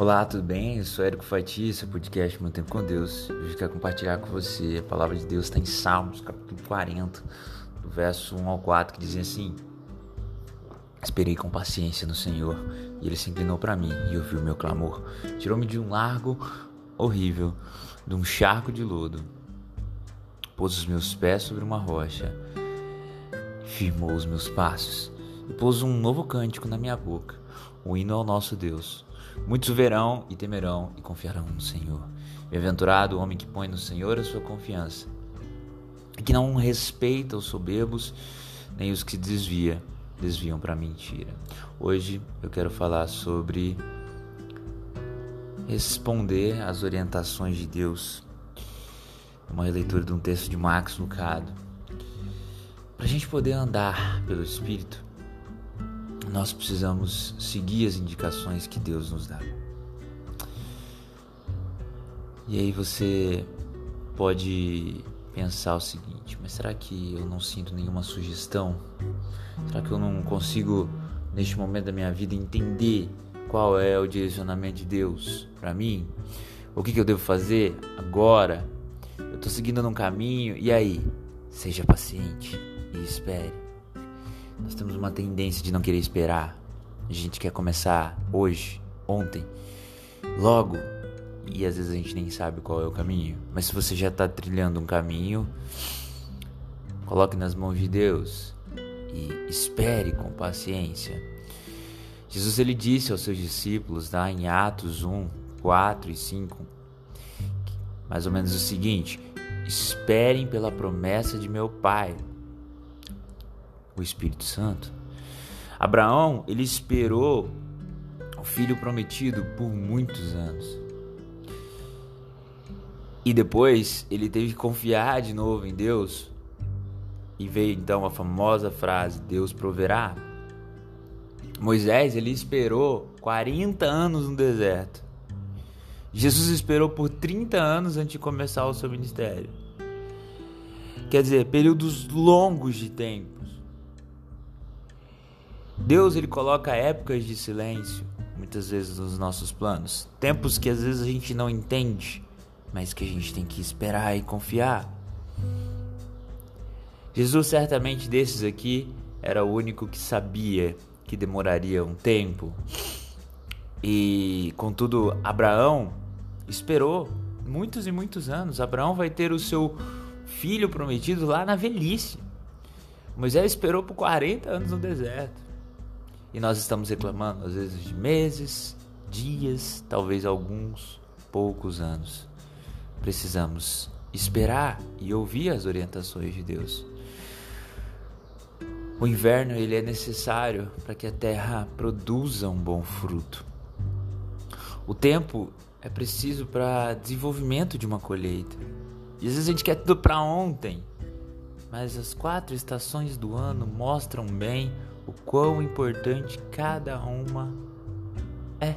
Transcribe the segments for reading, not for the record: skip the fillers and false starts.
Olá, tudo bem? Eu sou Érico Fati, esse é o podcast Meu Tempo com Deus. Hoje eu quero compartilhar com você. A palavra de Deus está em Salmos, capítulo 40, do verso 1 ao 4, que dizem assim: Esperei com paciência no Senhor, e Ele se inclinou para mim e ouviu o meu clamor. Tirou-me de um largo horrível, de um charco de lodo. Pôs os meus pés sobre uma rocha, firmou os meus passos, e pôs um novo cântico na minha boca, o hino ao nosso Deus. Muitos o verão e temerão e confiarão no Senhor. Bem-aventurado o homem que põe no Senhor a sua confiança, e que não respeita os soberbos, nem os que desviam para a mentira. Hoje eu quero falar sobre responder às orientações de Deus. Uma releitura de um texto de Max Lucado. Para a gente poder andar pelo Espírito, nós precisamos seguir as indicações que Deus nos dá. E aí você pode pensar o seguinte: mas será que eu não sinto nenhuma sugestão? Será que eu não consigo, neste momento da minha vida, entender qual é o direcionamento de Deus para mim? O que eu devo fazer agora? Eu estou seguindo num caminho, e aí? Seja paciente e espere. Nós temos uma tendência de não querer esperar. A gente quer começar hoje, ontem, logo, e às vezes a gente nem sabe qual é o caminho. Mas se você já está trilhando um caminho, coloque nas mãos de Deus e espere com paciência. Jesus, ele disse aos seus discípulos, lá em Atos 1, 4 e 5, mais ou menos o seguinte: esperem pela promessa de meu Pai, o Espírito Santo. Abraão, ele esperou o filho prometido por muitos anos. E depois ele teve que confiar de novo em Deus. E veio então a famosa frase: Deus proverá. Moisés, ele esperou 40 anos no deserto. Jesus esperou por 30 anos antes de começar o seu ministério. Quer dizer, períodos longos de tempos. Deus, ele coloca épocas de silêncio, muitas vezes, nos nossos planos. Tempos que às vezes a gente não entende, mas que a gente tem que esperar e confiar. Jesus, certamente desses aqui, era o único que sabia que demoraria um tempo. E, contudo, Abraão esperou muitos e muitos anos. Abraão vai ter o seu filho prometido lá na velhice. Moisés esperou por 40 anos no deserto. E nós estamos reclamando, às vezes, de meses, dias, talvez alguns poucos anos. Precisamos esperar e ouvir as orientações de Deus. O inverno, ele é necessário para que a terra produza um bom fruto. O tempo é preciso para desenvolvimento de uma colheita. E às vezes a gente quer tudo para ontem, mas as 4 estações do ano mostram bem o quão importante cada uma é.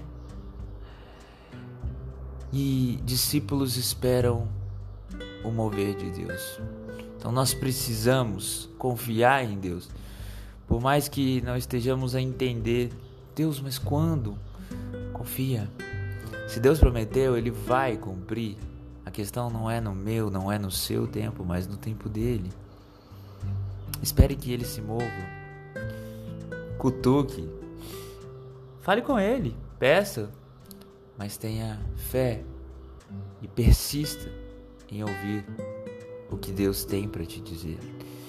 E discípulos esperam o mover de Deus. Então nós precisamos confiar em Deus. Por mais que não estejamos a entender, Deus, mas quando? Confia. Se Deus prometeu, Ele vai cumprir. A questão não é no meu, não é no seu tempo, mas no tempo dele. Espere que Ele se mova. Cutuque, fale com Ele, peça, mas tenha fé e persista em ouvir o que Deus tem para te dizer.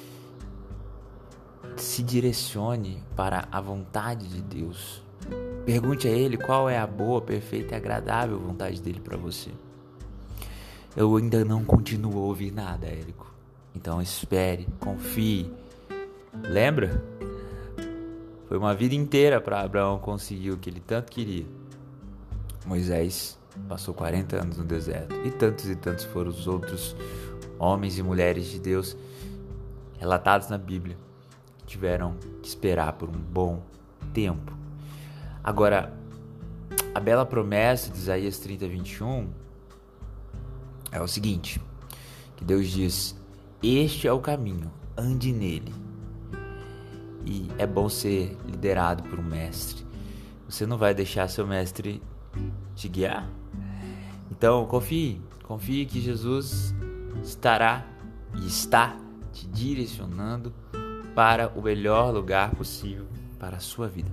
Se direcione para a vontade de Deus. Pergunte a Ele qual é a boa, perfeita e agradável vontade dele para você. Eu ainda não continuo a ouvir nada, Érico. Então espere, confie. Lembra? Foi uma vida inteira para Abraão conseguir o que ele tanto queria. Moisés passou 40 anos no deserto. E tantos foram os outros homens e mulheres de Deus relatados na Bíblia que tiveram que esperar por um bom tempo. Agora, a bela promessa de Isaías 30:21 é o seguinte, que Deus diz: este é o caminho, ande nele. E é bom ser liderado por um mestre. Você não vai deixar seu mestre te guiar. Então confie que Jesus estará e está te direcionando para o melhor lugar possível para a sua vida.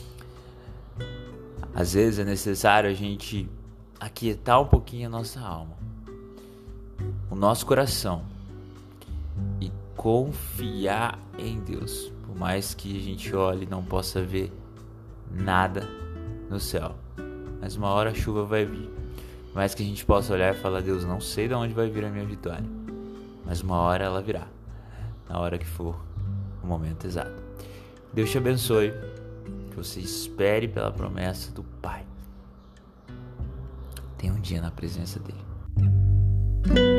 Às vezes é necessário a gente aquietar um pouquinho a nossa alma, o nosso coração, e confiar em Deus, por mais que a gente olhe e não possa ver nada no céu, mas uma hora a chuva vai vir. Por mais que a gente possa olhar e falar: Deus, não sei de onde vai vir a minha vitória, mas uma hora ela virá, na hora que for o momento exato. Deus te abençoe, que você espere pela promessa do Pai. Tenha um dia na presença dele.